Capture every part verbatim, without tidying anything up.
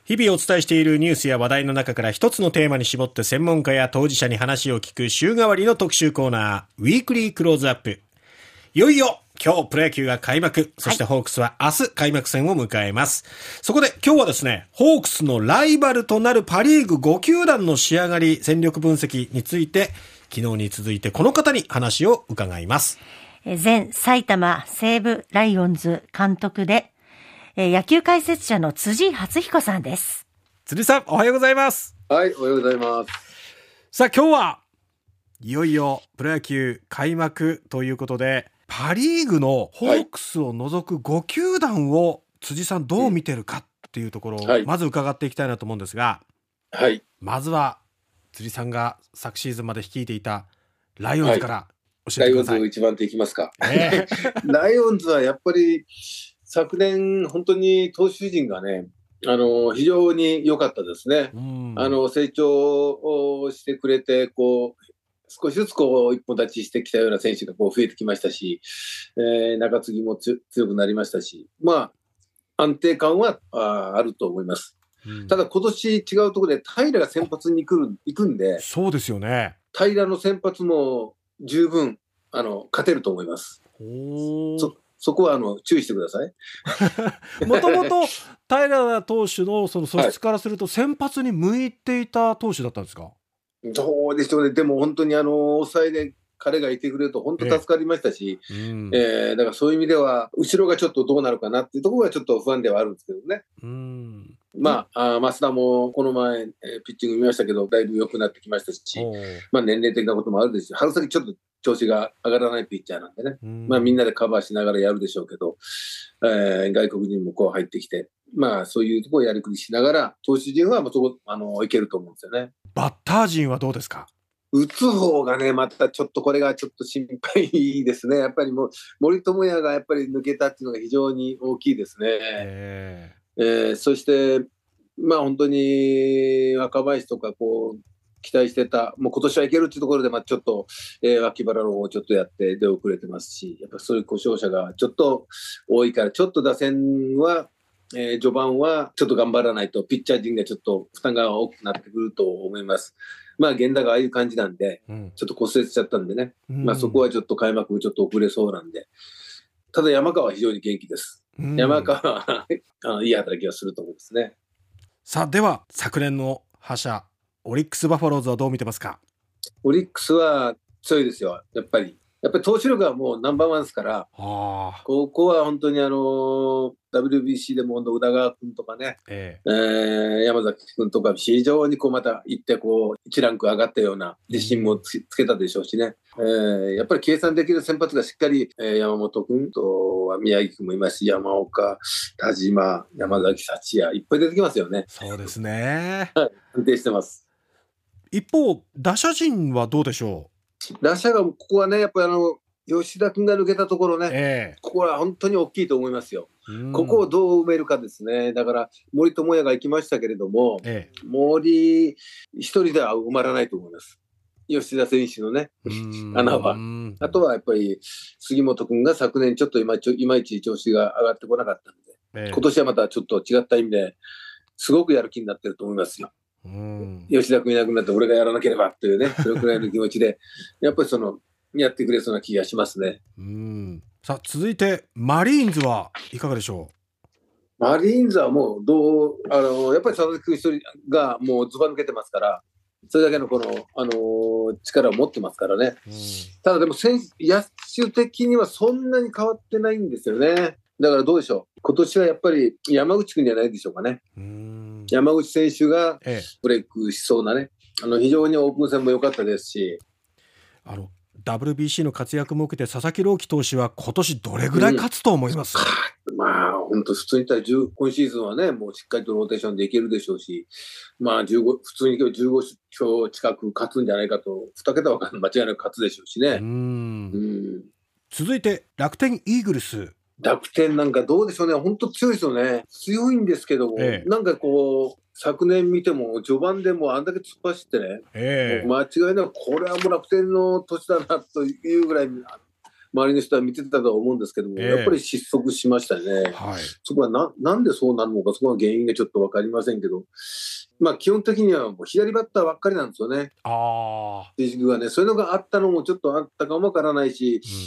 日々お伝えしているニュースや話題の中から一つのテーマに絞って専門家や当事者に話を聞く週替わりの特集コーナー、ウィークリークローズアップ。いよいよ今日プロ野球が開幕、そしてホークスは明日開幕戦を迎えます。そこで今日はですね、ホークスのライバルとなるパリーグご球団の仕上がり、戦力分析について、昨日に続いてこの方に話を伺います。 前埼玉西武ライオンズ監督で、野球解説者の辻初彦さんです。 辻さん、おはようございます。 はい、おはようございます。 さあ、今日はいよいよプロ野球開幕ということで、パリーグのホークスを除くご球団を辻さんどう見てるかっていうところをまず伺っていきたいなと思うんですが、 はい、 まずは辻さんが昨シーズンまで率いていたライオンズから教えてください。 ライオンズを一番手いきますか、 えー、ライオンズはやっぱり昨年本当に投手陣がね、あの非常に良かったですね。あの成長をしてくれて、こう少しずつこう一本立ちしてきたような選手がこう増えてきましたし、えー、中継ぎも強くなりましたし、まあ安定感は あ, あると思います。うん、ただ今年違うところで平が先発に来る行くんで、 そうですよね。 平の先発も十分あの勝てると思います。おそそこはあの注意してください。 もともと平投手のその素質からすると先発に向いていた投手だったんですか？はい、 どうでしょうね。でも本当にあの抑えで彼がいてくれると本当助かりましたし、えーうんえー、だからそういう意味では後ろがちょっとどうなるかなっていうところがちょっと不安ではあるんですけどね。うんまあ、あ増田もこの前、えー、ピッチング見ましたけどだいぶ良くなってきましたし、まあ、年齢的なこともあるですし、春先ちょっと調子が上がらないピッチャーなんでね、まあ、みんなでカバーしながらやるでしょうけど、えー、外国人もこう入ってきて、まあ、そういうところをやりくりしながら投手陣はもうそこあのいけると思うんですよね。 バッター陣はどうですか？ 打つ方がね、またちょっとこれがちょっと心配ですね。やっぱりもう森友哉がやっぱり抜けたっていうのが非常に大きいですね。えーえー、そしてまあ本当に若林とかこう期待してた、もう今年はいけるっていうところで、まあちょっと、えー、脇腹の方をちょっとやって出遅れてますし、やっぱそういう故障者がちょっと多いから、ちょっと打線は、えー、序盤はちょっと頑張らないと、ピッチャー陣がちょっと負担が大きくなってくると思います。まあ源田がああいう感じなんで、うん、ちょっと骨折しちゃったんでね、うん、まあそこはちょっと開幕ちょっと遅れそうなんで、ただ山川は非常に元気です。うん、山川はいい働きがすると思いますね。 さあ、では昨年の覇者オリックスバファローズはどう見てますか？ オリックスは強いですよ。やっぱりやっぱり投手力はもうナンバーワンですから、ここは本当にあの ダブリュービーシー でも宇田川君とかね、えええー、山崎君とか非常にこうまた行ってこう一ランク上がったような自信も つ, つけたでしょうしね、えー、やっぱり計算できる先発がしっかり、えー、山本君とは宮城君もいますし、山岡、田島、山崎幸也いっぱい出てきますよね。 そうですね。 はい、安定してます。 一方打者陣はどうでしょう？打者がここはね、やっぱりあの吉田君が抜けたところね、えー、ここは本当に大きいと思いますよ。ここをどう埋めるかですね。だから森友哉が行きましたけれども、えー、森一人では埋まらないと思います。吉田選手のね穴は。あとはやっぱり杉本君が昨年ちょっといまいち調子が上がってこなかったので、えー、今年はまたちょっと違った意味ですごくやる気になってると思いますよ。うん吉田君いなくなって俺がやらなければというね、それくらいの気持ちでやっぱりそのやってくれそうな気がしますね。 うんさあ続いてマリーンズはいかがでしょう？ マリーンズはもうどうあのやっぱり佐々木君一人がもうずば抜けてますから、それだけのこの、あのー、力を持ってますからね、うん、ただでも選野手的にはそんなに変わってないんですよね。だからどうでしょう、今年はやっぱり山口君じゃないでしょうかね。うん山口選手がブレイクしそうなね、あの非常にオープン戦も良かったですし、 あの ダブリュービーシー の活躍も受けて佐々木朗希投手は今年どれぐらい勝つと思います？ うん、まあ本当普通に言ったら今シーズンはねもうしっかりとローテーションでいけるでしょうし、まあじゅうご普通にじゅうご勝近く勝つんじゃないかと、に桁は間違いなく勝つでしょうしね。うんうん続いて楽天イーグルス。 楽天なんかどうでしょうね、本当強いですよね。強いんですけども、ええ、なんかこう昨年見ても序盤でもあんだけ突っ走ってね、ええ、もう間違いなくこれはもう楽天の年だなというぐらいも周りの人は見てたと思うんですけども、えー、やっぱり失速しましたね。はい、そこは な, なんでそうなるのか、そこは原因がちょっと分かりませんけど、まあ、基本的にはもう左バッターばっかりなんですよね。あ成績はね、そういうのがあったのもちょっとあったかもわからないし、うん、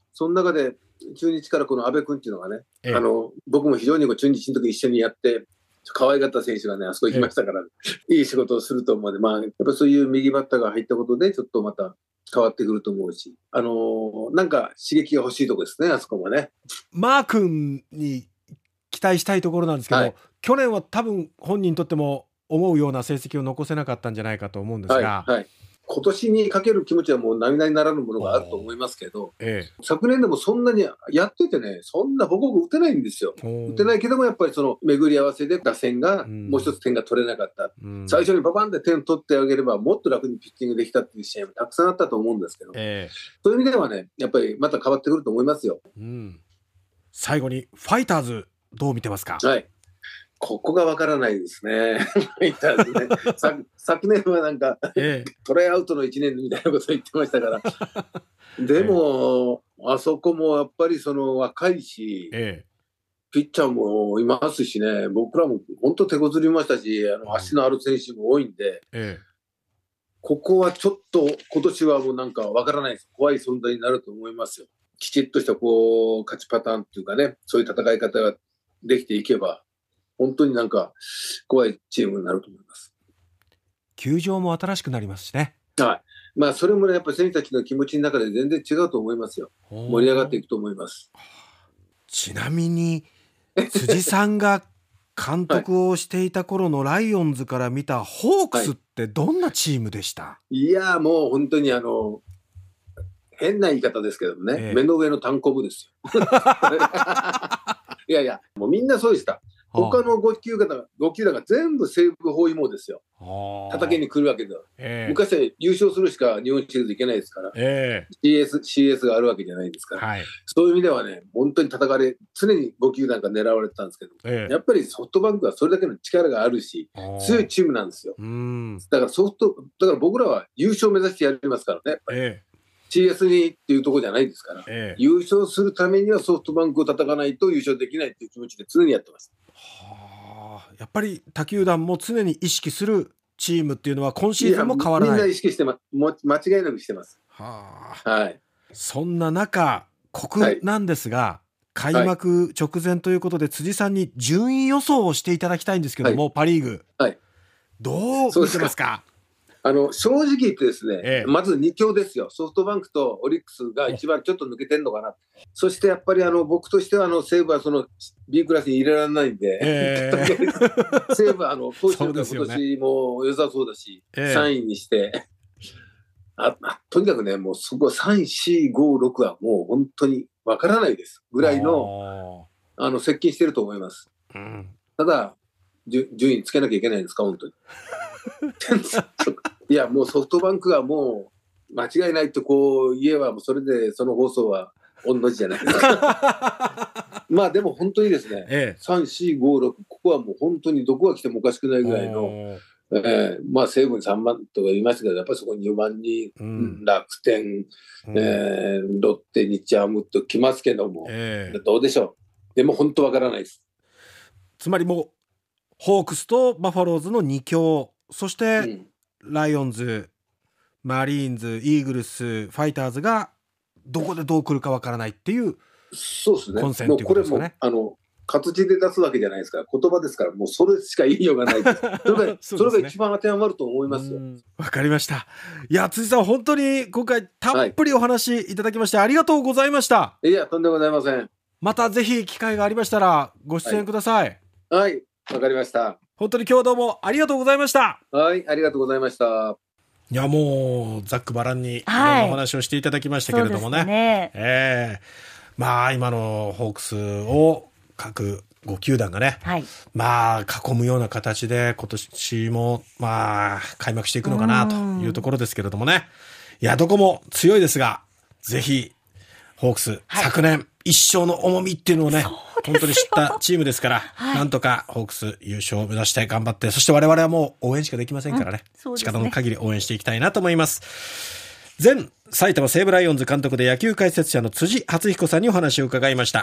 その中で中日からこの阿部君っていうのがね、えー、あの僕も非常にこう中日の時一緒にやって、可愛がった選手がね、あそこ行きましたから、えー、いい仕事をすると思うので、まあ、やっぱそういう右バッターが入ったことで、ちょっとまた変わってくると思うし、あのー、なんか刺激が欲しいところですね、あそこもね。マー君に期待したいところなんですけど、はい、去年は多分本人にとっても思うような成績を残せなかったんじゃないかと思うんですが、 はいはい、今年にかける気持ちはもう並々ならぬものがあると思いますけど、ええ、昨年でもそんなにやっててね、そんなボコボコ打てないんですよ。打てないけども、やっぱりその巡り合わせで打線がもう一つ点が取れなかった、うん、最初にババンで点取ってあげればもっと楽にピッチングできたっていう試合もたくさんあったと思うんですけど、ええ、そういう意味ではね、やっぱりまた変わってくると思いますよ。うん、 最後にファイターズどう見てますか？ はい、ここがわからないですね。ね昨年はなんか、ええ、トライアウトのいちねんみたいなこと言ってましたから。でも、ええ、あそこもやっぱりその若いし、ええ、ピッチャーもいますしね、僕らも本当手こずりましたし、あの足のある選手も多いんで、ええ、ここはちょっと今年はもうなんかわからないです。怖い存在になると思いますよ。きちっとしたこう勝ちパターンっていうかね、そういう戦い方ができていけば、本当になんか怖いチームになると思います。 球場も新しくなりますしね。 はい。まあそれもね、やっぱり選手たちの気持ちの中で全然違うと思いますよ。盛り上がっていくと思います。 ちなみに辻さんが監督をしていた頃のライオンズから見たホークスってどんなチームでした？はい、 いやもう本当にあの変な言い方ですけどね、ええ、目の上の単行部ですよ。いやいや、もうみんなそうでした。他のご球団ご球団が全部西武包囲網ですよ。叩きに来るわけだ、えー、昔は優勝するしか日本シリーズいけないですから、えー、シーエス, シーエス があるわけじゃないですから、はい、そういう意味ではね、本当に叩かれ、常にご球団が狙われてたんですけど、えー、やっぱりソフトバンクはそれだけの力があるし、強いチームなんですよ。うんだからソフト、だから僕らは優勝を目指してやりますからね、やっぱり。えーシーエス にっていうところじゃないですから、ええ、優勝するためにはソフトバンクを叩かないと優勝できないっていう気持ちで常にやってます。 はあ、やっぱり他球団も常に意識するチームっていうのは今シーズンも変わらない。 みんな意識してます。間違いなくしてます。はあ、はい、そんな中酷なんですが、はい、開幕直前ということで辻さんに順位予想をしていただきたいんですけども、はい、パリーグ、はい、どう見てますか？ あの正直言ってですね、ええ、まずに強ですよ。ソフトバンクとオリックスが一番ちょっと抜けてるのかな。そしてやっぱりあの僕としてはあの西武はその B クラスに入れられないんで、えー、西武はあの投手が今年も良さそうだし、えー、さんいにしてああとにかくね、もうそこさん、よん、ご、ろくはもう本当にわからないですぐらいのあの接近してると思います。うん、ただ順位つけなきゃいけないんですか本当に。いやもうソフトバンクはもう間違いないとこう言えばもうそれでその放送は同じじゃないですか。まあでも本当にですね、ええ、さん、よん、ご、ろくここはもう本当にどこが来てもおかしくないぐらいの、えー、まあ西武にさんばんとか言いましたけどやっぱりそこによんばんに、うん、楽天、うんえー、ロッテ日ハムと来ますけども、えー、どうでしょう。でも本当わからないです。 つまりもうホークスとバファローズのに強、そして、うん、ライオンズ、マリーンズ、イーグルス、ファイターズがどこでどう来るかわからないっていう混戦っていうことですかね。 あの活字で出すわけじゃないですから、言葉ですから、もうそれしか言いようがないです。それがそれが一番当てはまると思いますよ。 わかりました。いや辻さん本当に今回たっぷりお話いただきまして、はい、ありがとうございました。 いやとんでもございません。 またぜひ機会がありましたらご出演ください。 はい、はいわかりました。 本当に今日はどうもありがとうございました。 はい、ありがとうございました。 いやもうざっくばらんにいろんなお話をしていただきましたけれどもね。はい、ねえー、まあ今のホークスを各ご球団がね、はい、まあ囲むような形で今年もまあ開幕していくのかなというところですけれどもね。いやどこも強いですが、ぜひホークス、はい、昨年一勝の重みっていうのをね。本当に知ったチームですから、はい、なんとかホークス優勝を目指して頑張って、そして我々はもう応援しかできませんからね、うん、そうですね、力の限り応援していきたいなと思います。 前埼玉西武ライオンズ監督で野球解説者の辻発彦さんにお話を伺いました。